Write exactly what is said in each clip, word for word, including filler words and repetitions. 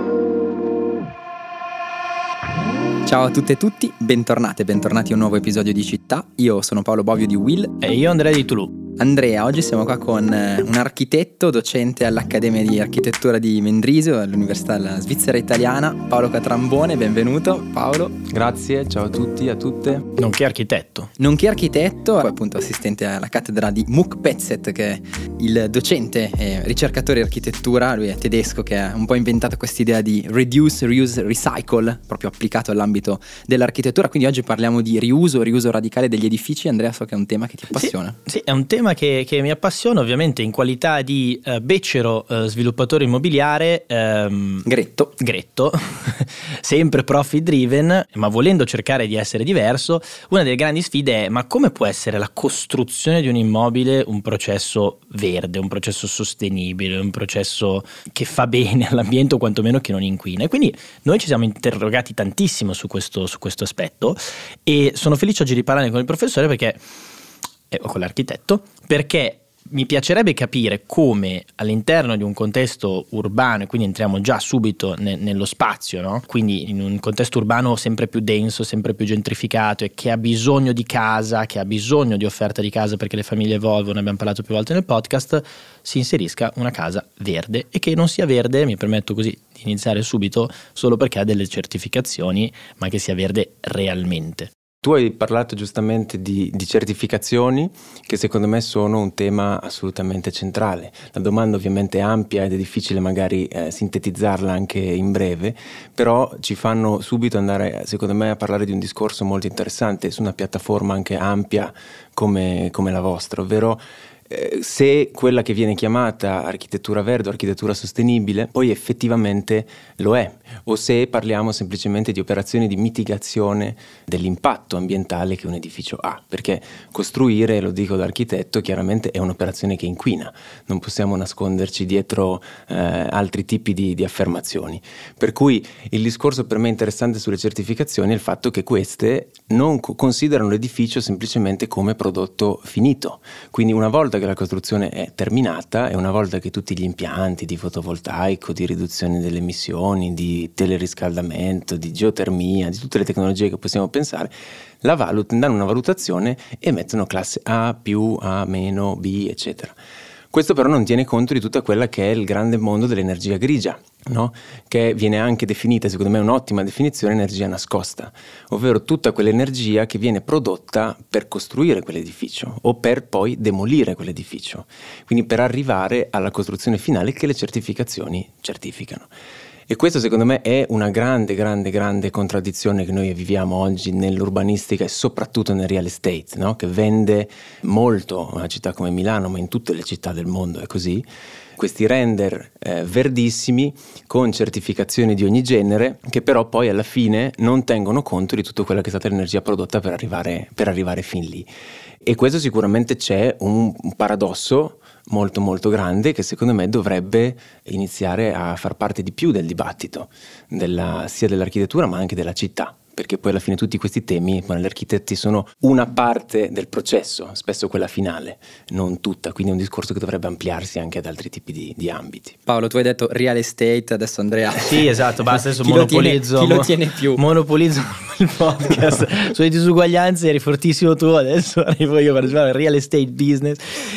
Ciao a tutte e tutti, bentornate e bentornati a un nuovo episodio di Città. Io sono Paolo Bovio di Will. E io Andrea di Toulouse. Andrea, oggi siamo qua con un architetto, docente all'Accademia di Architettura di Mendrisio, all'Università della Svizzera Italiana, Paolo Catrambone, benvenuto Paolo. Grazie, ciao a tutti, a tutte. Nonché architetto. Nonché architetto, appunto assistente alla cattedra di Muck Petzet, che è il docente e ricercatore di architettura, lui è tedesco, che ha un po' inventato quest'idea di reduce, reuse, recycle, proprio applicato all'ambito dell'architettura. Quindi oggi parliamo di riuso, riuso radicale degli edifici. Andrea, so che è un tema che ti appassiona. Sì, sì, è un tema Che, che mi appassiona, ovviamente in qualità di uh, becero uh, sviluppatore immobiliare um, Gretto Gretto sempre profit driven, ma volendo cercare di essere diverso. Una delle grandi sfide è: ma come può essere la costruzione di un immobile un processo verde, un processo sostenibile, un processo che fa bene all'ambiente o quantomeno che non inquina? E quindi noi ci siamo interrogati tantissimo su questo, su questo aspetto, e sono felice oggi di parlare con il professore perché o con l'architetto, perché mi piacerebbe capire come all'interno di un contesto urbano, e quindi entriamo già subito ne, nello spazio, no? Quindi in un contesto urbano sempre più denso, sempre più gentrificato, e che ha bisogno di casa, che ha bisogno di offerta di casa perché le famiglie evolvono, ne abbiamo parlato più volte nel podcast, si inserisca una casa verde, e che non sia verde, mi permetto così di iniziare subito, solo perché ha delle certificazioni, ma che sia verde realmente. Tu hai parlato giustamente di, di certificazioni, che secondo me sono un tema assolutamente centrale. La domanda ovviamente è ampia ed è difficile magari eh, sintetizzarla anche in breve, però ci fanno subito andare, secondo me, a parlare di un discorso molto interessante su una piattaforma anche ampia come, come la vostra, ovvero eh, se quella che viene chiamata architettura verde o architettura sostenibile poi effettivamente lo è, o se parliamo semplicemente di operazioni di mitigazione dell'impatto ambientale che un edificio ha, perché costruire, lo dico da architetto, chiaramente è un'operazione che inquina, non possiamo nasconderci dietro eh, altri tipi di, di affermazioni, per cui il discorso per me interessante sulle certificazioni è il fatto che queste non co- considerano l'edificio semplicemente come prodotto finito, quindi una volta che la costruzione è terminata e una volta che tutti gli impianti di fotovoltaico, di riduzione delle emissioni, di teleriscaldamento, di geotermia, di tutte le tecnologie che possiamo pensare, la valutano, danno una valutazione e mettono classe A più, A meno, B, eccetera. Questo però non tiene conto di tutta quella che è il grande mondo dell'energia grigia, no? Che viene anche definita, secondo me un'ottima definizione, energia nascosta, ovvero tutta quell'energia che viene prodotta per costruire quell'edificio o per poi demolire quell'edificio, quindi per arrivare alla costruzione finale che le certificazioni certificano. E questo secondo me è una grande, grande, grande contraddizione che noi viviamo oggi nell'urbanistica e soprattutto nel real estate, no? Che vende molto una città come Milano, ma in tutte le città del mondo è così. Questi render eh, verdissimi con certificazioni di ogni genere, che però poi alla fine non tengono conto di tutto quella che è stata l'energia prodotta per arrivare, per arrivare fin lì. E questo sicuramente c'è un, un paradosso molto molto grande che secondo me dovrebbe iniziare a far parte di più del dibattito della, sia dell'architettura ma anche della città, perché poi alla fine tutti questi temi, gli architetti sono una parte del processo, spesso quella finale, non tutta, quindi è un discorso che dovrebbe ampliarsi anche ad altri tipi di, di ambiti. Paolo, tu hai detto real estate, adesso Andrea. Sì, esatto, basta, adesso chi monopolizzo. Lo tiene, chi lo tiene più? Monopolizzo il podcast sulle disuguaglianze, eri fortissimo tu, adesso arrivo io per fare real estate business.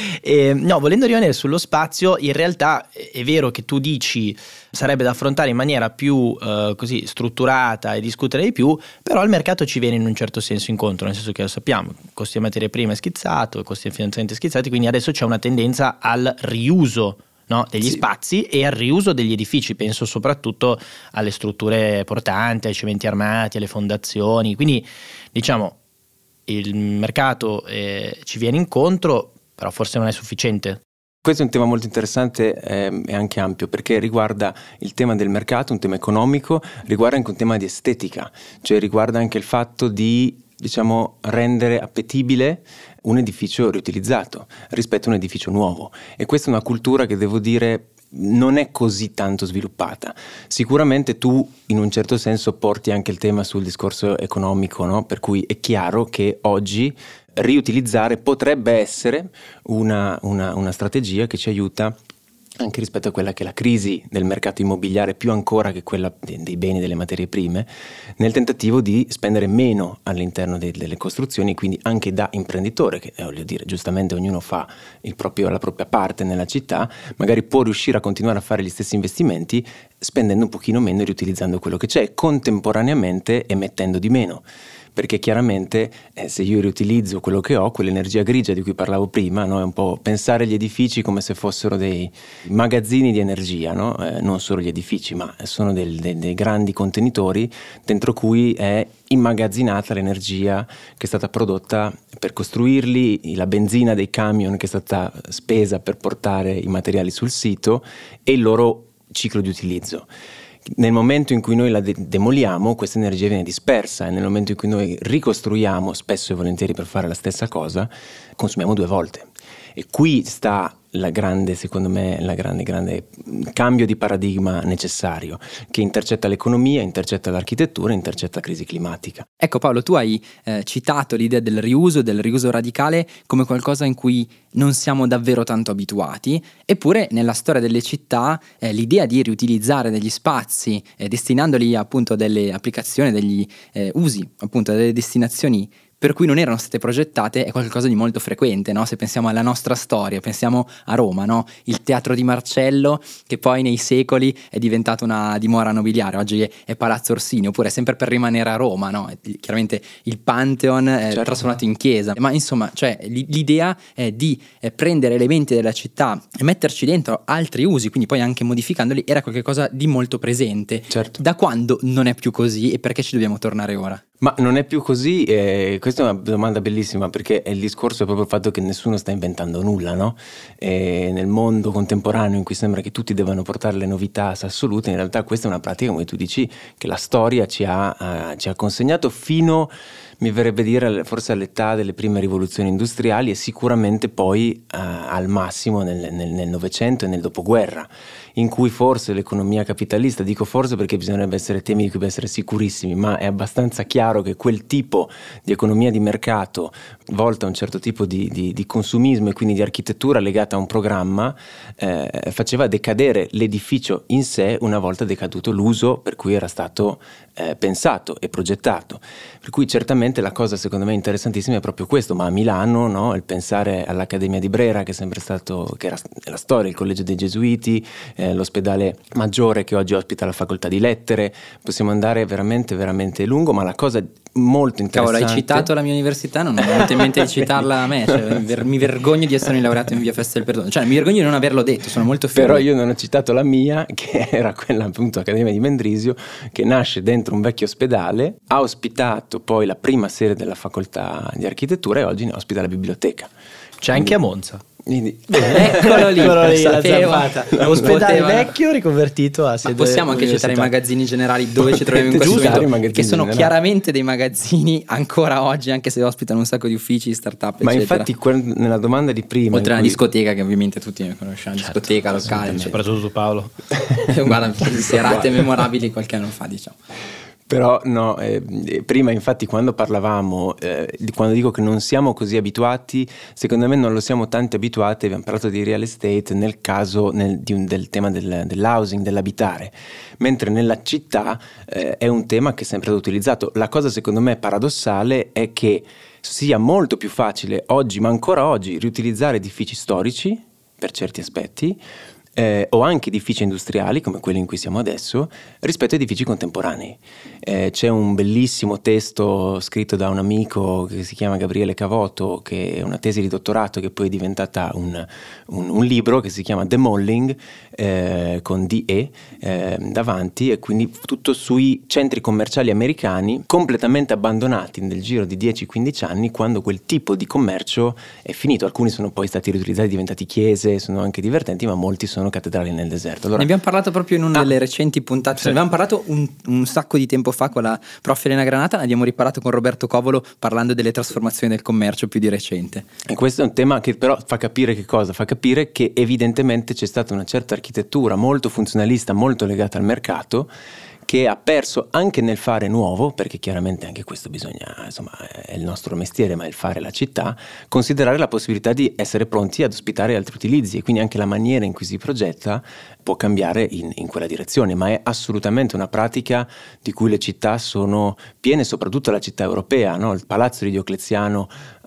E, no, volendo rimanere sullo spazio, in realtà è vero che tu dici sarebbe da affrontare in maniera più eh, così strutturata e discutere di più, però il mercato ci viene in un certo senso incontro, nel senso che lo sappiamo, costi di materie prime schizzato, costi di finanziamento schizzati, quindi adesso c'è una tendenza al riuso, no, degli sì. spazi e al riuso degli edifici, penso soprattutto alle strutture portanti, ai cementi armati, alle fondazioni, quindi diciamo il mercato eh, ci viene incontro, però forse non è sufficiente. Questo è un tema molto interessante eh, e anche ampio, perché riguarda il tema del mercato, un tema economico, riguarda anche un tema di estetica, cioè riguarda anche il fatto di, diciamo, rendere appetibile un edificio riutilizzato rispetto a un edificio nuovo, e questa è una cultura che devo dire non è così tanto sviluppata. Sicuramente tu in un certo senso porti anche il tema sul discorso economico, no? Per cui è chiaro che oggi riutilizzare potrebbe essere una, una, una strategia che ci aiuta anche rispetto a quella che è la crisi del mercato immobiliare, più ancora che quella dei beni e delle materie prime, nel tentativo di spendere meno all'interno de- delle costruzioni, quindi anche da imprenditore, che eh, voglio dire, giustamente ognuno fa il proprio, la propria parte nella città, magari può riuscire a continuare a fare gli stessi investimenti spendendo un pochino meno e riutilizzando quello che c'è, contemporaneamente emettendo di meno. Perché chiaramente eh, se io riutilizzo quello che ho, quell'energia grigia di cui parlavo prima, no? È un po' pensare agli edifici come se fossero dei magazzini di energia, no? Eh, non solo gli edifici, ma sono del, dei, dei grandi contenitori dentro cui è immagazzinata l'energia che è stata prodotta per costruirli, la benzina dei camion che è stata spesa per portare i materiali sul sito e il loro ciclo di utilizzo. Nel momento in cui noi la de- demoliamo, questa energia viene dispersa, e nel momento in cui noi ricostruiamo, spesso e volentieri per fare la stessa cosa, consumiamo due volte. E qui sta la grande, secondo me, la grande, grande cambio di paradigma necessario, che intercetta l'economia, intercetta l'architettura, intercetta la crisi climatica. Ecco Paolo, tu hai eh, citato l'idea del riuso, del riuso radicale come qualcosa in cui non siamo davvero tanto abituati, eppure nella storia delle città eh, l'idea di riutilizzare degli spazi, eh, destinandoli appunto a delle applicazioni, degli eh, usi, appunto a delle destinazioni per cui non erano state progettate, è qualcosa di molto frequente, no? Se pensiamo alla nostra storia, pensiamo a Roma, no? Il teatro di Marcello, che poi nei secoli è diventato una dimora nobiliare, oggi è, è Palazzo Orsini, oppure sempre per rimanere a Roma, no? Chiaramente il Pantheon è certo. trasformato in chiesa, ma insomma, cioè l'idea è di prendere elementi della città e metterci dentro altri usi, quindi poi anche modificandoli, era qualcosa di molto presente. Certo. Da quando non è più così e perché ci dobbiamo tornare ora? Ma non è più così, eh, questa è una domanda bellissima, perché il discorso è proprio il fatto che nessuno sta inventando nulla, no? E nel mondo contemporaneo in cui sembra che tutti debbano portare le novità assolute, in realtà questa è una pratica, come tu dici, che la storia ci ha, uh, ci ha consegnato fino, mi verrebbe dire, forse all'età delle prime rivoluzioni industriali e sicuramente poi uh, al massimo nel, nel, nel Novecento e nel dopoguerra, in cui forse l'economia capitalista, dico forse perché bisognerebbe essere temi di cui essere sicurissimi, ma è abbastanza chiaro che quel tipo di economia di mercato volta a un certo tipo di, di, di consumismo e quindi di architettura legata a un programma eh, faceva decadere l'edificio in sé una volta decaduto l'uso per cui era stato eh, pensato e progettato. Per cui certamente la cosa secondo me interessantissima è proprio questo, ma a Milano, no, il pensare all'Accademia di Brera, che è sempre stato, che era la storia, il Collegio dei Gesuiti, eh, l'ospedale Maggiore che oggi ospita la Facoltà di Lettere, possiamo andare veramente veramente lungo, ma la cosa molto interessante. Cavolo, hai citato la mia università, non mi è venuto in mente di citarla a me, cioè, ver- mi vergogno di essermi laureato in via Festa del Perdono, cioè mi vergogno di non averlo detto, sono molto fiero. Però io non ho citato la mia, che era quella appunto Accademia di Mendrisio, che nasce dentro un vecchio ospedale, ha ospitato poi la prima sede della facoltà di architettura e oggi ne ospita la biblioteca. C'è anche a Monza. Quindi, eccolo lì, eccolo lì la sapevo. zampata. Ospedale vecchio riconvertito a sede. Ma possiamo anche citare i magazzini generali dove ci troviamo in questo momento, che sono generali. Chiaramente dei magazzini ancora oggi, anche se ospitano un sacco di uffici, startup, ma eccetera. infatti quel, nella domanda di prima, oltre alla cui... discoteca che ovviamente tutti ne conosciamo, certo, discoteca locale, soprattutto tu Paolo. Guarda, serate memorabili qualche anno fa, diciamo. Però no, eh, prima infatti quando parlavamo, eh, quando dico che non siamo così abituati, secondo me non lo siamo tanto abituati, abbiamo parlato di real estate nel caso nel, di un, del tema del, dell'housing, dell'abitare, mentre nella città eh, è un tema che è sempre stato utilizzato. La cosa secondo me paradossale è che sia molto più facile oggi, ma ancora oggi, riutilizzare edifici storici per certi aspetti, Eh, o anche edifici industriali come quelli in cui siamo adesso rispetto a edifici contemporanei. Eh, c'è un bellissimo testo scritto da un amico che si chiama Gabriele Cavoto, che è una tesi di dottorato che poi è diventata un, un, un libro che si chiama Demolling, eh, con D E eh, davanti, e quindi tutto sui centri commerciali americani completamente abbandonati nel giro di dieci quindici anni, quando quel tipo di commercio è finito. Alcuni sono poi stati riutilizzati, diventati chiese, sono anche divertenti, ma molti sono cattedrali nel deserto. Allora, ne abbiamo parlato proprio in una ah, delle recenti puntate, sì. Ne abbiamo parlato un, un sacco di tempo fa con la prof Elena Granata, ne abbiamo riparlato con Roberto Covolo parlando delle trasformazioni del commercio più di recente. E questo è un tema che però fa capire che cosa? Fa capire che evidentemente c'è stata una certa architettura molto funzionalista, molto legata al mercato, che ha perso anche nel fare nuovo, perché chiaramente anche questo bisogna, insomma, è il nostro mestiere, ma è il fare la città, considerare la possibilità di essere pronti ad ospitare altri utilizzi, e quindi anche la maniera in cui si progetta può cambiare in, in quella direzione, ma è assolutamente una pratica di cui le città sono piene, soprattutto la città europea, no? Il palazzo di Diocleziano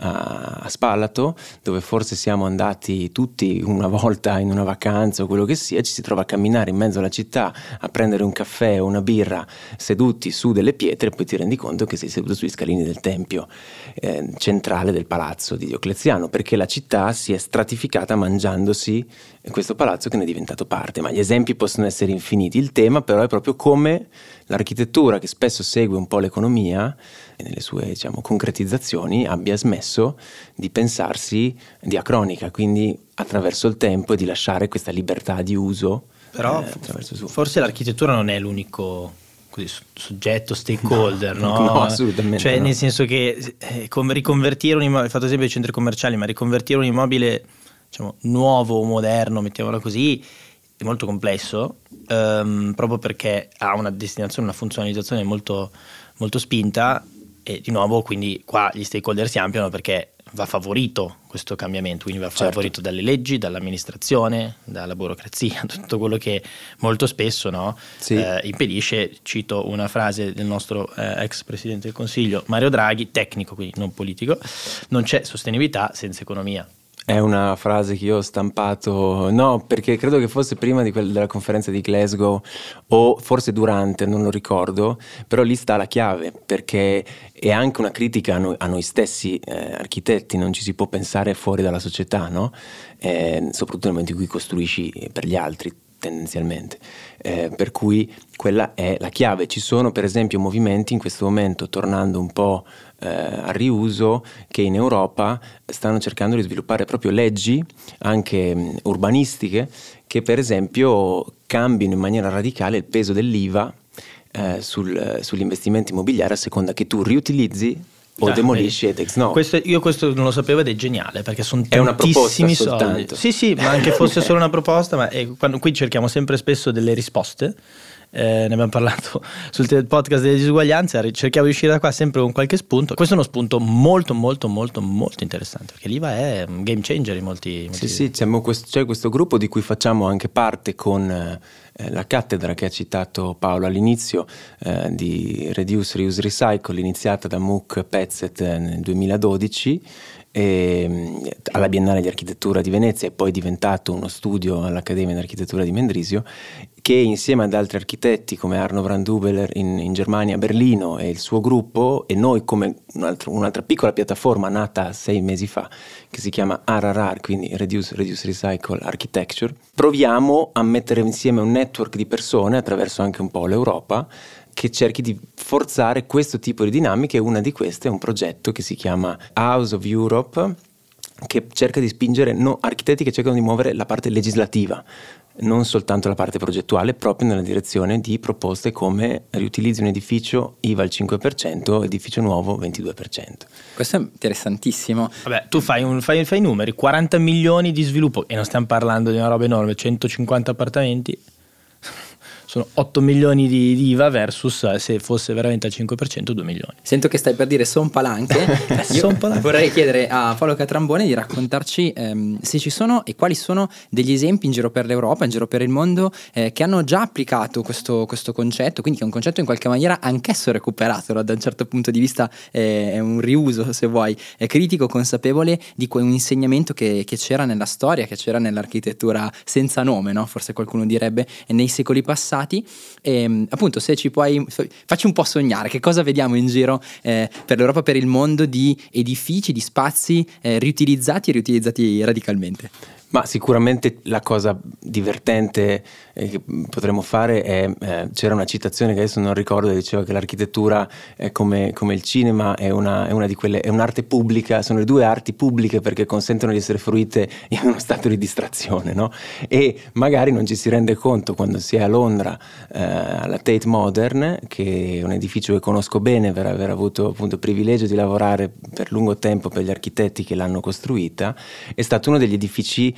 a, a Spalato, dove forse siamo andati tutti una volta in una vacanza o quello che sia, ci si trova a camminare in mezzo alla città, a prendere un caffè o una birra seduti su delle pietre, e poi ti rendi conto che sei seduto sugli scalini del tempio eh, centrale del palazzo di Diocleziano, perché la città si è stratificata mangiandosi questo palazzo che ne è diventato parte. Ma gli esempi possono essere infiniti. Il tema però è proprio come l'architettura, che spesso segue un po' l'economia e nelle sue, diciamo, concretizzazioni, abbia smesso di pensarsi diacronica, quindi attraverso il tempo, e di lasciare questa libertà di uso. Però eh, attraverso il suo. Forse l'architettura non è l'unico così, soggetto, stakeholder, no? No, no, assolutamente cioè, no. nel senso che eh, come riconvertire un immobile, hai fatto esempio dei centri commerciali, ma riconvertire un immobile, diciamo, nuovo o moderno, mettiamola così, è molto complesso, ehm, proprio perché ha una destinazione, una funzionalizzazione molto, molto spinta, e di nuovo quindi qua gli stakeholder si ampliano, perché va favorito questo cambiamento, quindi va certo. favorito dalle leggi, dall'amministrazione, dalla burocrazia, tutto quello che molto spesso, no, sì. eh, impedisce. Cito una frase del nostro eh, ex presidente del Consiglio Mario Draghi, tecnico quindi non politico: non c'è sostenibilità senza economia. È una frase che io ho stampato, no, perché credo che fosse prima di quella della conferenza di Glasgow, o forse durante, non lo ricordo, però lì sta la chiave, perché è anche una critica a noi, a noi stessi eh, architetti. Non ci si può pensare fuori dalla società, no? Eh, soprattutto nel momento in cui costruisci per gli altri, tendenzialmente, eh, per cui quella è la chiave. Ci sono per esempio movimenti in questo momento, tornando un po' eh, al riuso, che in Europa stanno cercando di sviluppare proprio leggi anche mh, urbanistiche, che per esempio cambino in maniera radicale il peso dell'I V A eh, sul, sugli investimenti immobiliari, a seconda che tu riutilizzi o ah, demolisci ed ex novo. Questo, io questo non lo sapevo ed è geniale, perché sono è tantissimi soldi. Soltanto. Sì, sì, ma anche fosse solo una proposta, ma è, quando, qui cerchiamo sempre spesso delle risposte. Eh, ne abbiamo parlato sul podcast delle disuguaglianze, cerchiamo di uscire da qua sempre con qualche spunto. Questo è uno spunto molto molto molto molto interessante, perché l'I V A è un game changer in molti, molti sì sì c'è questo, c'è questo gruppo di cui facciamo anche parte con eh, la cattedra che ha citato Paolo all'inizio, eh, di Reduce, Reuse, Recycle, iniziata da Muck Petzet nel duemiladodici e, alla Biennale di Architettura di Venezia, e poi diventato uno studio all'Accademia di Architettura di Mendrisio, che insieme ad altri architetti come Arno Brandhubeler in, in Germania, a Berlino, e il suo gruppo, e noi come un altro, un'altra piccola piattaforma nata sei mesi fa, che si chiama R R R, quindi Reduce, Reduce, Recycle Architecture, proviamo a mettere insieme un network di persone attraverso anche un po' l'Europa, che cerchi di forzare questo tipo di dinamiche. Una di queste è un progetto che si chiama House of Europe, che cerca di spingere no, architetti che cercano di muovere la parte legislativa, non soltanto la parte progettuale, proprio nella direzione di proposte come riutilizzi un edificio I V A al cinque per cento, edificio nuovo ventidue per cento. Questo è interessantissimo. Vabbè, tu fai, un, fai, fai i numeri, quaranta milioni di sviluppo, e non stiamo parlando di una roba enorme, centocinquanta appartamenti, sono otto milioni di, di I V A versus, se fosse veramente al cinque per cento, due milioni. Sento che stai per dire son palanche. Son palanche. Vorrei chiedere a Paolo Catrambone di raccontarci ehm, se ci sono e quali sono degli esempi in giro per l'Europa, in giro per il mondo, eh, che hanno già applicato questo, questo concetto, quindi che è un concetto in qualche maniera anch'esso recuperato, no? Da un certo punto di vista eh, è un riuso, se vuoi, è critico, consapevole di un insegnamento che, che c'era nella storia, che c'era nell'architettura senza nome, no? Forse qualcuno direbbe, nei secoli passati. E, appunto, se ci puoi, facci un po' sognare, che cosa vediamo in giro eh, per l'Europa, per il mondo, di edifici, di spazi eh, riutilizzati e riutilizzati radicalmente. Ma sicuramente la cosa divertente eh, che potremmo fare è, eh, c'era una citazione che adesso non ricordo, che diceva che l'architettura è come, come il cinema, è una, è una di quelle, è un'arte pubblica, sono le due arti pubbliche perché consentono di essere fruite in uno stato di distrazione, no? E magari non ci si rende conto quando si è a Londra, eh, alla Tate Modern, che è un edificio che conosco bene per aver avuto appunto il privilegio di lavorare per lungo tempo per gli architetti che l'hanno costruita. È stato uno degli edifici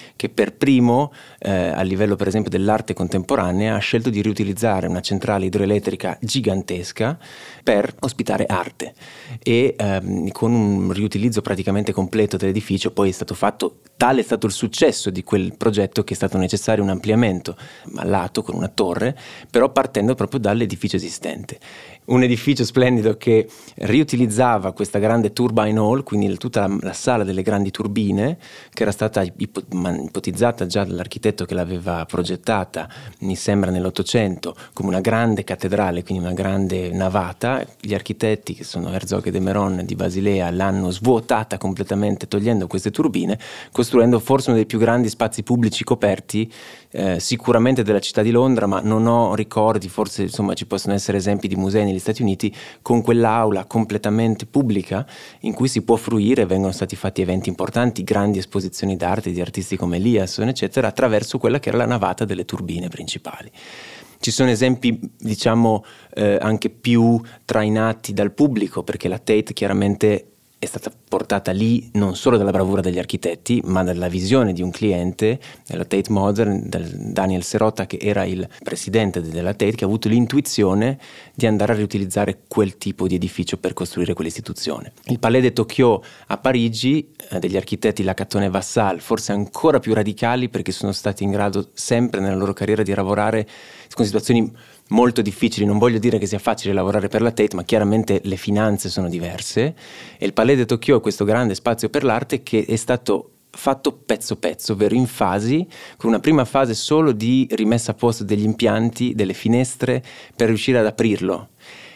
che per primo eh, a livello per esempio dell'arte contemporanea ha scelto di riutilizzare una centrale idroelettrica gigantesca per ospitare arte e ehm, con un riutilizzo praticamente completo dell'edificio. Poi è stato fatto, tale è stato il successo di quel progetto che è stato necessario un ampliamento a lato con una torre, però partendo proprio dall'edificio esistente. Un edificio splendido che riutilizzava questa grande turbine hall, quindi tutta la, la sala delle grandi turbine, che era stata ipo, ipotizzata già dall'architetto che l'aveva progettata, mi sembra nell'Ottocento, come una grande cattedrale, quindi una grande navata. Gli architetti, che sono Herzog e de Meuron di Basilea, l'hanno svuotata completamente togliendo queste turbine, costruendo forse uno dei più grandi spazi pubblici coperti eh, sicuramente della città di Londra, ma non ho ricordi, forse insomma ci possono essere esempi di musei negli Stati Uniti con quell'aula completamente pubblica in cui si può fruire. Vengono stati fatti eventi importanti, grandi esposizioni d'arte di artisti come Eliasson eccetera, attraverso quella che era la navata delle turbine principali. Ci sono esempi diciamo eh, anche più trainati dal pubblico, perché la Tate chiaramente è stata portata lì non solo dalla bravura degli architetti, ma dalla visione di un cliente, della Tate Modern, del Daniel Serota, che era il presidente della Tate, che ha avuto l'intuizione di andare a riutilizzare quel tipo di edificio per costruire quell'istituzione. Il Palais de Tokyo a Parigi, eh, degli architetti Lacattone e Vassal, forse ancora più radicali, perché sono stati in grado sempre nella loro carriera di lavorare con situazioni molto difficili. Non voglio dire che sia facile lavorare per la Tate, ma chiaramente le finanze sono diverse, e il Palais de Tokyo è questo grande spazio per l'arte che è stato fatto pezzo pezzo, ovvero in fasi, con una prima fase solo di rimessa a posto degli impianti, delle finestre, per riuscire ad aprirlo,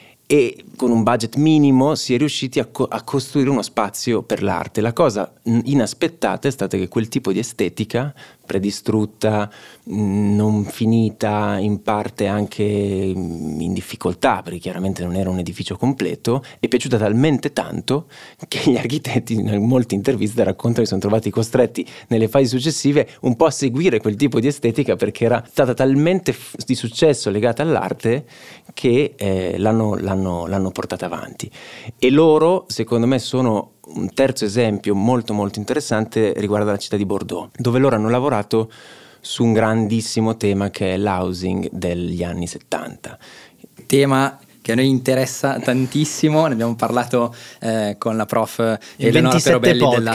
e con un budget minimo si è riusciti a, co- a costruire uno spazio per l'arte. La cosa inaspettata è stata che quel tipo di estetica predistrutta, non finita, in parte anche in difficoltà, perché chiaramente non era un edificio completo, è piaciuta talmente tanto che gli architetti in molte interviste raccontano che sono trovati costretti nelle fasi successive un po' a seguire quel tipo di estetica, perché era stata talmente f- di successo legata all'arte che eh, l'hanno, l'hanno, l'hanno portata avanti. E loro, secondo me, sono un terzo esempio molto molto interessante, riguarda la città di Bordeaux, dove loro hanno lavorato su un grandissimo tema che è l'housing degli anni settanta. Tema che a noi interessa tantissimo, ne abbiamo parlato eh, con la prof Eleonora Perobelli della,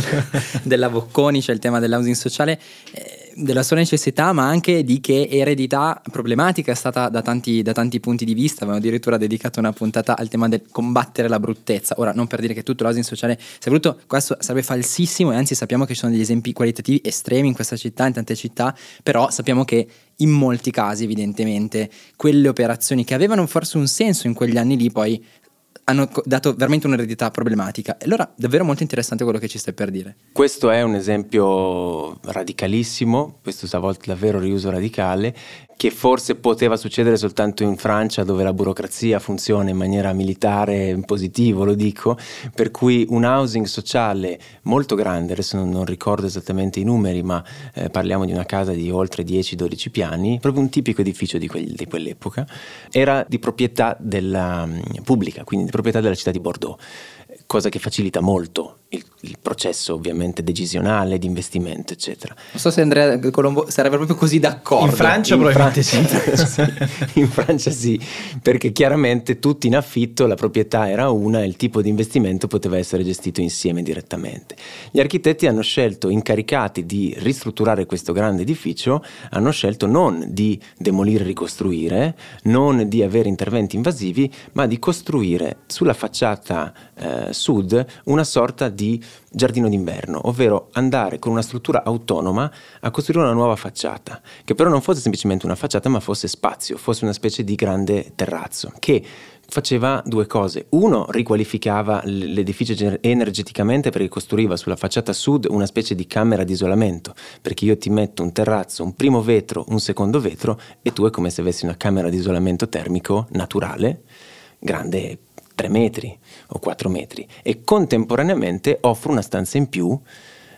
della Bocconi, cioè il tema dell'housing sociale, eh, della sua necessità, ma anche di che eredità problematica è stata da tanti, da tanti punti di vista. Abbiamo addirittura dedicato una puntata al tema del combattere la bruttezza. Ora, non per dire che tutto l'housing sociale sia brutto, questo sarebbe falsissimo, e anzi sappiamo che ci sono degli esempi qualitativi estremi in questa città, in tante città, però sappiamo che in molti casi evidentemente quelle operazioni che avevano forse un senso in quegli anni lì poi hanno dato veramente un'eredità problematica. E allora davvero molto interessante quello che ci stai per dire. Questo è un esempio radicalissimo, questo stavolta davvero riuso radicale, che forse poteva succedere soltanto in Francia, dove la burocrazia funziona in maniera militare, in positivo lo dico, per cui un housing sociale molto grande, adesso non, non ricordo esattamente i numeri, ma eh, parliamo di una casa di oltre dieci dodici piani, proprio un tipico edificio di, quel, di quell'epoca, era di proprietà della um, pubblica, quindi di proprietà della città di Bordeaux, cosa che facilita molto il, il processo ovviamente decisionale, di investimento eccetera. Non so se Andrea Colombo sarebbe proprio così d'accordo. In Francia in probabilmente Francia, sì. In Francia sì, perché chiaramente tutti in affitto, la proprietà era una e il tipo di investimento poteva essere gestito insieme direttamente. Gli architetti hanno scelto, incaricati di ristrutturare questo grande edificio, hanno scelto non di demolire e ricostruire, non di avere interventi invasivi, ma di costruire sulla facciata eh, sud una sorta di giardino d'inverno, ovvero andare con una struttura autonoma a costruire una nuova facciata, che però non fosse semplicemente una facciata, ma fosse spazio, fosse una specie di grande terrazzo, che faceva due cose. Uno, riqualificava l'edificio energeticamente, perché costruiva sulla facciata sud una specie di camera di isolamento, perché io ti metto un terrazzo, un primo vetro, un secondo vetro, e tu è come se avessi una camera di isolamento termico naturale, grande tre metri o quattro metri, e contemporaneamente offro una stanza in più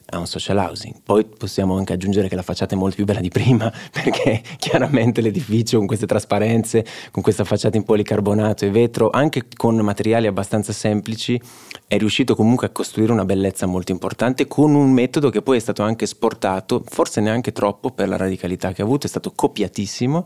a un social housing. Poi possiamo anche aggiungere che la facciata è molto più bella di prima, perché chiaramente l'edificio con queste trasparenze, con questa facciata in policarbonato e vetro, anche con materiali abbastanza semplici, è riuscito comunque a costruire una bellezza molto importante, con un metodo che poi è stato anche esportato, forse neanche troppo per la radicalità che ha avuto, è stato copiatissimo,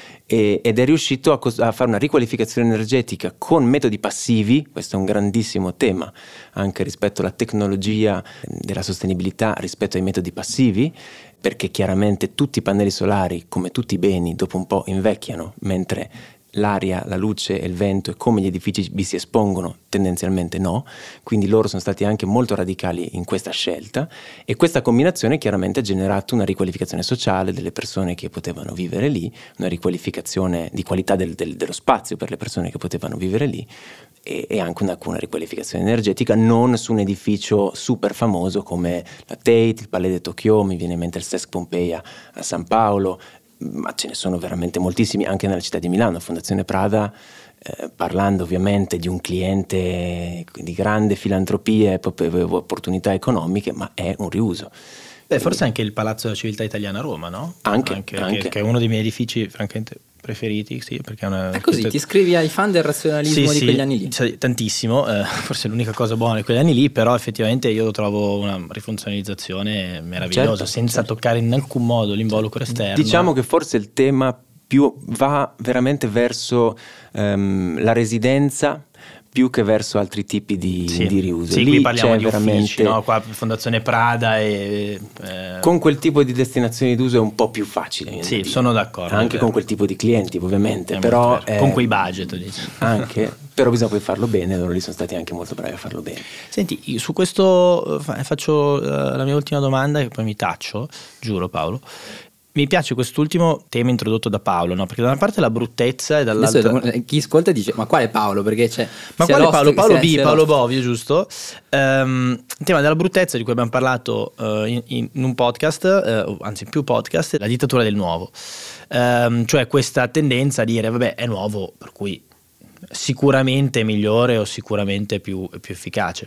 e, ed è riuscito a, cos- a fare una riqualificazione energetica con metodi passivi. Questo è un grandissimo tema anche rispetto alla tecnologia della sostenibilità, rispetto ai metodi passivi, perché chiaramente tutti i pannelli solari, come tutti i beni, dopo un po' invecchiano, mentre l'aria, la luce e il vento e come gli edifici vi si espongono tendenzialmente no, quindi loro sono stati anche molto radicali in questa scelta, e questa combinazione chiaramente ha generato una riqualificazione sociale delle persone che potevano vivere lì, una riqualificazione di qualità del, del, dello spazio per le persone che potevano vivere lì, e, e anche una, una riqualificazione energetica non su un edificio super famoso come la Tate, il Palais de Tokyo, mi viene in mente il Sesc Pompeia a San Paolo, ma ce ne sono veramente moltissimi anche nella città di Milano. Fondazione Prada, eh, parlando ovviamente di un cliente di grande filantropia e opportunità economiche, ma è un riuso. Beh, forse anche il Palazzo della Civiltà Italiana a Roma, no? Anche, anche, anche. Che, che è uno dei miei edifici francamente preferiti, sì, perché è una... È così, ti iscrivi ai fan del razionalismo sì, di sì, quegli anni lì? Sì, tantissimo, eh, forse l'unica cosa buona di quegli anni lì, però effettivamente io trovo una rifunzionalizzazione meravigliosa, certo, senza certo. toccare in alcun modo l'involucro esterno. Diciamo che forse il tema più va veramente verso um, la residenza più che verso altri tipi di, sì. di riuso. Sì, lì qui parliamo c'è di veramente uffici, no? Qua Fondazione Prada e... Eh... Con quel tipo di destinazioni d'uso è un po' più facile. Sì, dire. sono d'accordo. Anche con quel tipo di clienti ovviamente, è però... Eh, con quei budget, diciamo. Anche, però bisogna poi farlo bene, loro lì sono stati anche molto bravi a farlo bene. Senti, su questo faccio la mia ultima domanda e poi mi taccio, giuro Paolo. Mi piace quest'ultimo tema introdotto da Paolo, no? Perché da una parte la bruttezza e dall'altra... Adesso, chi ascolta dice, ma quale Paolo? Perché c'è... Ma quale Paolo? Paolo B, Paolo Lost. Bovio, giusto? Um, il tema della bruttezza di cui abbiamo parlato uh, in, in un podcast, uh, anzi in più podcast, la dittatura del nuovo. Um, cioè questa tendenza a dire, vabbè, è nuovo, per cui sicuramente è migliore o sicuramente più, più efficace.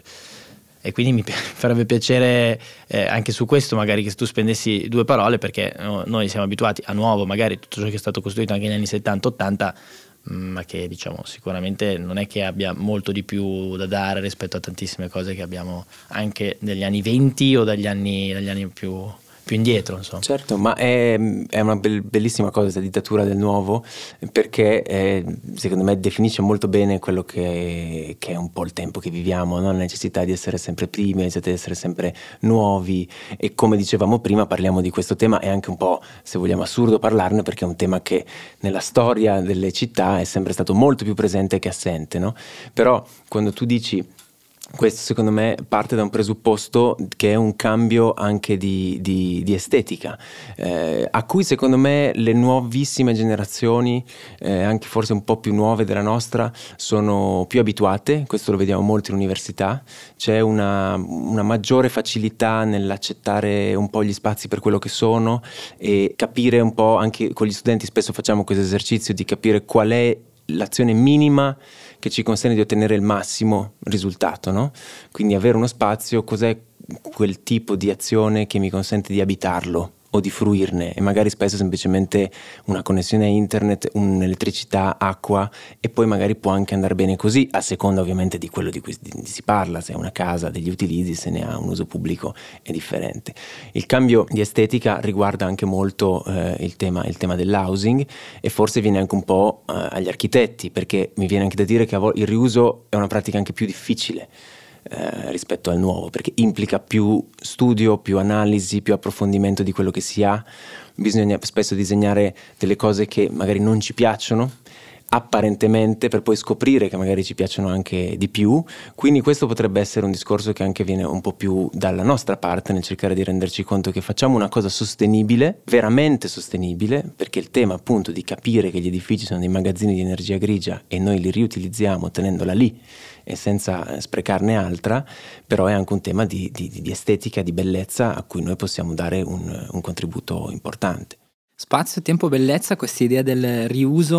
E quindi mi farebbe piacere eh, anche su questo magari che tu spendessi due parole, perché no, noi siamo abituati a nuovo, magari tutto ciò che è stato costruito anche negli anni settanta ottanta, ma che diciamo sicuramente non è che abbia molto di più da dare rispetto a tantissime cose che abbiamo anche negli anni venti o dagli anni, dagli anni più... più indietro, insomma. Certo, ma è, è una bel, bellissima cosa questa dittatura del nuovo, perché è, secondo me definisce molto bene quello che, che è un po' il tempo che viviamo, no? La necessità di essere sempre primi, la necessità di essere sempre nuovi, e come dicevamo prima parliamo di questo tema, è anche un po', se vogliamo, assurdo parlarne, perché è un tema che nella storia delle città è sempre stato molto più presente che assente, no? Però quando tu dici... Questo secondo me parte da un presupposto che è un cambio anche di, di, di estetica, eh, a cui secondo me le nuovissime generazioni, eh, anche forse un po' più nuove della nostra, sono più abituate. Questo lo vediamo molto in università, c'è una, una maggiore facilità nell'accettare un po' gli spazi per quello che sono e capire un po', anche con gli studenti spesso facciamo questo esercizio di capire qual è l'azione minima che ci consente di ottenere il massimo risultato, no? Quindi avere uno spazio, cos'è quel tipo di azione che mi consente di abitarlo o di fruirne, e magari spesso semplicemente una connessione a internet, un'elettricità, acqua, e poi magari può anche andare bene così, a seconda ovviamente di quello di cui si parla. Se è una casa, degli utilizzi, se ne ha un uso pubblico è differente. Il cambio di estetica riguarda anche molto eh, il tema, il tema dell'housing, e forse viene anche un po' eh, agli architetti, perché mi viene anche da dire che il riuso è una pratica anche più difficile Eh, rispetto al nuovo, perché implica più studio, più analisi, più approfondimento di quello che si ha. Bisogna spesso disegnare delle cose che magari non ci piacciono apparentemente, per poi scoprire che magari ci piacciono anche di più. Quindi questo potrebbe essere un discorso che anche viene un po' più dalla nostra parte, nel cercare di renderci conto che facciamo una cosa sostenibile, veramente sostenibile, perché il tema appunto di capire che gli edifici sono dei magazzini di energia grigia e noi li riutilizziamo tenendola lì e senza sprecarne altra, però è anche un tema di, di, di estetica, di bellezza, a cui noi possiamo dare un, un contributo importante. Spazio, tempo, bellezza, questa idea del riuso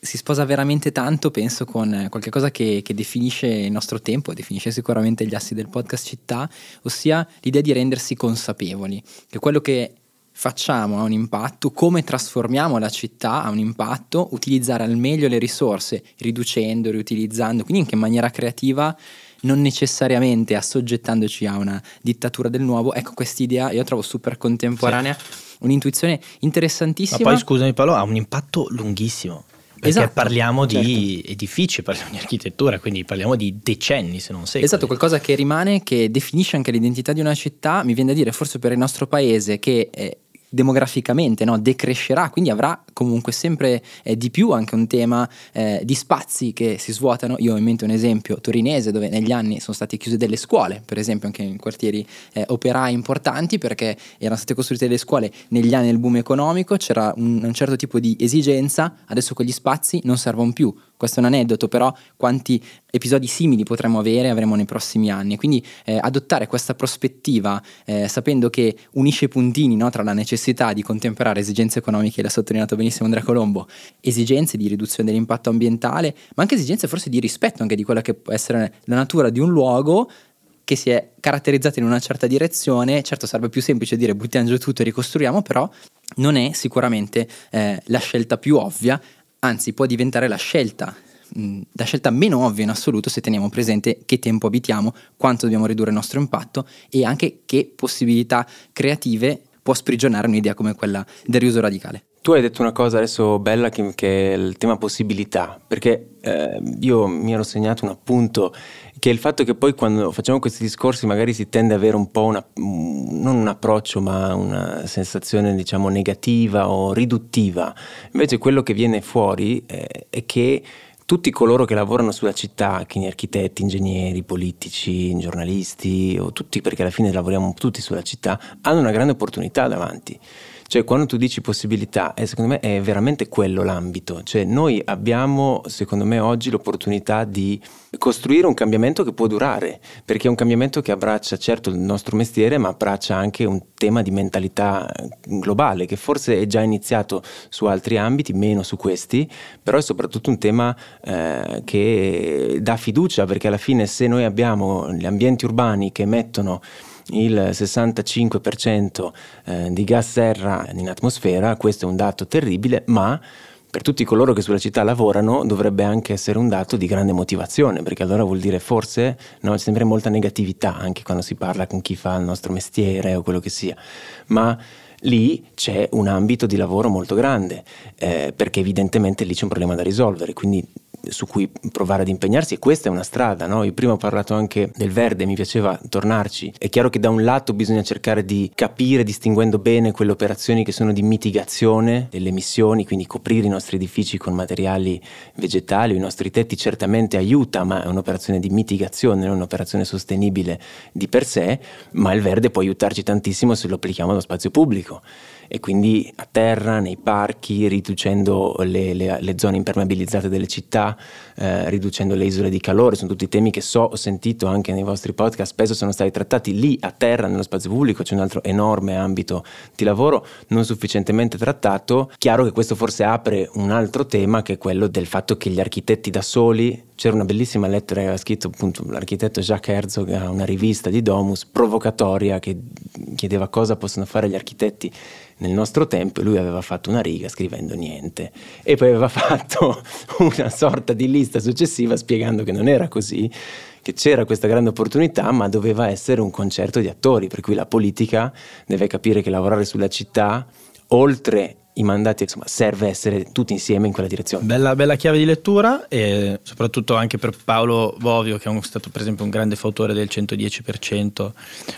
si sposa veramente tanto, penso, con qualcosa che, che definisce il nostro tempo, definisce sicuramente gli assi del podcast Città, ossia l'idea di rendersi consapevoli che quello che facciamo ha un impatto, come trasformiamo la città ha un impatto, utilizzare al meglio le risorse, riducendo, riutilizzando, quindi anche in maniera creativa, non necessariamente assoggettandoci a una dittatura del nuovo. Ecco, quest'idea io trovo super contemporanea, sì. Un'intuizione interessantissima. Ma poi scusami Paolo, ha un impatto lunghissimo. Perché esatto, parliamo di certo. edifici, parliamo di architettura, quindi parliamo di decenni, se non secoli. Esatto, qualcosa che rimane, che definisce anche l'identità di una città, mi viene da dire, forse per il nostro paese che eh, demograficamente no, decrescerà, quindi avrà comunque sempre eh, di più anche un tema eh, di spazi che si svuotano. Io ho in mente un esempio torinese dove negli anni sono state chiuse delle scuole, per esempio anche in quartieri eh, operai importanti, perché erano state costruite delle scuole negli anni del boom economico, c'era un, un certo tipo di esigenza, adesso quegli spazi non servono più. Questo è un aneddoto, però quanti episodi simili potremmo avere avremo nei prossimi anni. Quindi eh, adottare questa prospettiva eh, sapendo che unisce i puntini, no, tra la necessità di contemperare esigenze economiche, l'ha sottolineato benissimo Andrea Colombo, esigenze di riduzione dell'impatto ambientale, ma anche esigenze forse di rispetto anche di quella che può essere la natura di un luogo che si è caratterizzata in una certa direzione. Certo, sarebbe più semplice dire buttiamo giù tutto e ricostruiamo, però non è sicuramente eh, la scelta più ovvia. Anzi, può diventare la scelta, mh, la scelta meno ovvia in assoluto se teniamo presente che tempo abitiamo, quanto dobbiamo ridurre il nostro impatto e anche che possibilità creative può sprigionare un'idea come quella del riuso radicale. Tu hai detto una cosa adesso bella che, che è il tema possibilità, perché eh, io mi ero segnato un appunto che è il fatto che poi quando facciamo questi discorsi magari si tende ad avere un po' una, non un approccio ma una sensazione diciamo negativa o riduttiva. Invece quello che viene fuori eh, è che tutti coloro che lavorano sulla città, quindi architetti, ingegneri, politici, giornalisti o tutti, perché alla fine lavoriamo tutti sulla città, hanno una grande opportunità davanti. Cioè quando tu dici possibilità, eh, secondo me è veramente quello l'ambito. Cioè noi abbiamo secondo me oggi l'opportunità di costruire un cambiamento che può durare, perché è un cambiamento che abbraccia certo il nostro mestiere, ma abbraccia anche un tema di mentalità globale che forse è già iniziato su altri ambiti, meno su questi, però è soprattutto un tema eh, che dà fiducia, perché alla fine se noi abbiamo gli ambienti urbani che emettono il sessantacinque per cento di gas serra in atmosfera, questo è un dato terribile, ma per tutti coloro che sulla città lavorano dovrebbe anche essere un dato di grande motivazione, perché allora vuol dire forse no, c'è sempre molta negatività anche quando si parla con chi fa il nostro mestiere o quello che sia, ma lì c'è un ambito di lavoro molto grande eh, perché evidentemente lì c'è un problema da risolvere, quindi su cui provare ad impegnarsi, e questa è una strada, no? Io prima ho parlato anche del verde, mi piaceva tornarci. È chiaro che da un lato bisogna cercare di capire, distinguendo bene quelle operazioni che sono di mitigazione delle emissioni, quindi coprire i nostri edifici con materiali vegetali o i nostri tetti certamente aiuta, ma è un'operazione di mitigazione, non un'operazione sostenibile di per sé, ma il verde può aiutarci tantissimo se lo applichiamo allo spazio pubblico. E quindi a terra, nei parchi, riducendo le, le, le zone impermeabilizzate delle città, eh, riducendo le isole di calore, sono tutti temi che so, ho sentito anche nei vostri podcast, spesso sono stati trattati lì a terra, nello spazio pubblico, c'è un altro enorme ambito di lavoro non sufficientemente trattato. Chiaro che questo forse apre un altro tema, che è quello del fatto che gli architetti da soli, c'era una bellissima lettera che aveva scritto appunto l'architetto Jacques Herzog a una rivista di Domus, provocatoria, che chiedeva cosa possono fare gli architetti nel nostro tempo, e lui aveva fatto una riga scrivendo niente, e poi aveva fatto una sorta di lista successiva spiegando che non era così, che c'era questa grande opportunità, ma doveva essere un concerto di attori, per cui la politica deve capire che lavorare sulla città, oltre i mandati, insomma, serve essere tutti insieme in quella direzione. Bella, bella chiave di lettura, e soprattutto anche per Paolo Bovio, che è stato per esempio un grande fautore del centodieci per cento.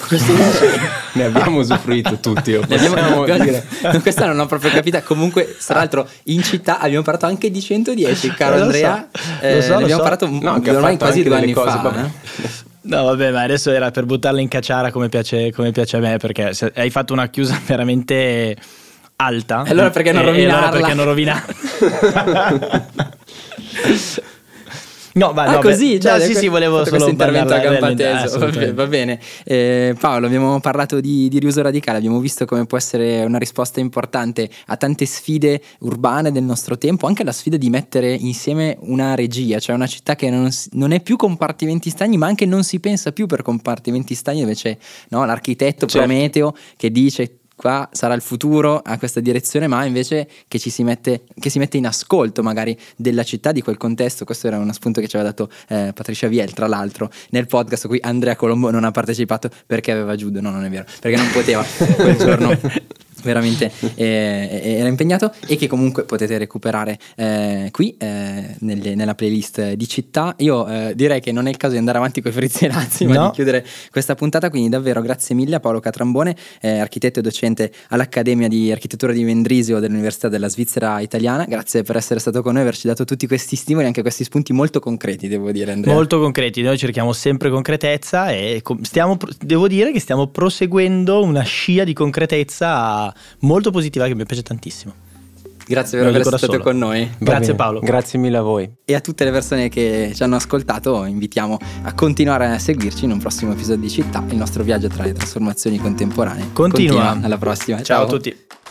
Ne abbiamo usufruito tutti. Ne abbiamo, dire. Questa non ho proprio capita. Comunque, tra l'altro, in città abbiamo parlato anche di centodieci, caro Andrea. So, eh, so, ne abbiamo so. parlato no, ormai quasi due anni cose, fa. Eh? No vabbè, ma adesso era per buttarla in cacciara come piace, come piace a me, perché hai fatto una chiusa veramente alta. E allora perché non e, rovinarla? E allora perché non rovinarla? No, ma ah, no, così, cioè, no, sì, sì, volevo solo questo intervento a parlarla gamba realmente. teso. Va bene, va bene. Eh, Paolo, abbiamo parlato di, di riuso radicale, abbiamo visto come può essere una risposta importante a tante sfide urbane del nostro tempo, anche la sfida di mettere insieme una regia, cioè una città che non, non è più compartimenti stagni, ma anche non si pensa più per compartimenti stagni, dove c'è, no, l'architetto certo. Prometeo che dice qua sarà il futuro a questa direzione, ma invece che ci si mette, che si mette in ascolto magari della città, di quel contesto. Questo era uno spunto che ci aveva dato eh, Patricia Viel, tra l'altro, nel podcast. Qui Andrea Colombo non ha partecipato perché aveva judo, no, non è vero, perché non poteva quel giorno. Veramente eh, era impegnato, e che comunque potete recuperare eh, qui eh, nelle, nella playlist di città. Io eh, direi che non è il caso di andare avanti con i Frizzi e Lazzi, ma no. di chiudere questa puntata, quindi davvero grazie mille a Paolo Catrambone, eh, architetto e docente all'Accademia di Architettura di Mendrisio dell'Università della Svizzera Italiana. Grazie per essere stato con noi, averci dato tutti questi stimoli, anche questi spunti molto concreti, devo dire, Andrea. Molto concreti, noi cerchiamo sempre concretezza e stiamo, devo dire che stiamo proseguendo una scia di concretezza molto positiva che mi piace tantissimo. Grazie per essere stato con noi. Grazie Paolo. Grazie mille a voi. E a tutte le persone che ci hanno ascoltato invitiamo a continuare a seguirci in un prossimo episodio di Città, il nostro viaggio tra le trasformazioni contemporanee. Continua. Continua. Alla prossima. Ciao, Ciao a tutti.